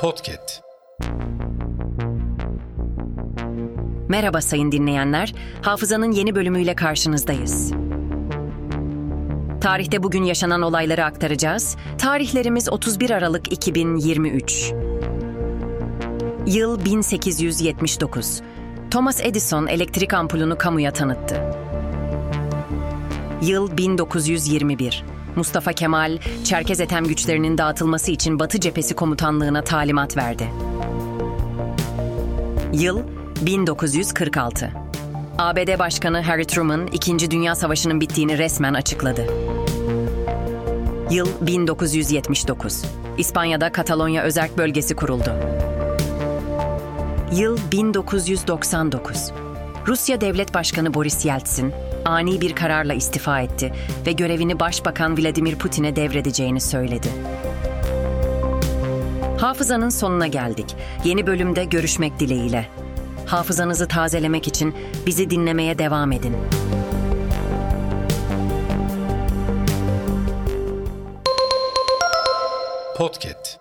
Podcast. Merhaba sayın dinleyenler, Hafızanın yeni bölümüyle karşınızdayız. Tarihte bugün yaşanan olayları aktaracağız. Tarihlerimiz 31 Aralık 2023. Yıl 1879. Thomas Edison elektrik ampulünü kamuya tanıttı. Yıl 1921. Mustafa Kemal, Çerkez Ethem güçlerinin dağıtılması için Batı Cephesi Komutanlığı'na talimat verdi. Yıl 1946. ABD Başkanı Harry Truman, İkinci Dünya Savaşı'nın bittiğini resmen açıkladı. Yıl 1979. İspanya'da Katalonya Özerk Bölgesi kuruldu. Yıl 1999. Rusya Devlet Başkanı Boris Yeltsin, ani bir kararla istifa etti ve görevini Başbakan Vladimir Putin'e devredeceğini söyledi. Hafızanın sonuna geldik. Yeni bölümde görüşmek dileğiyle. Hafızanızı tazelemek için bizi dinlemeye devam edin. Podcast.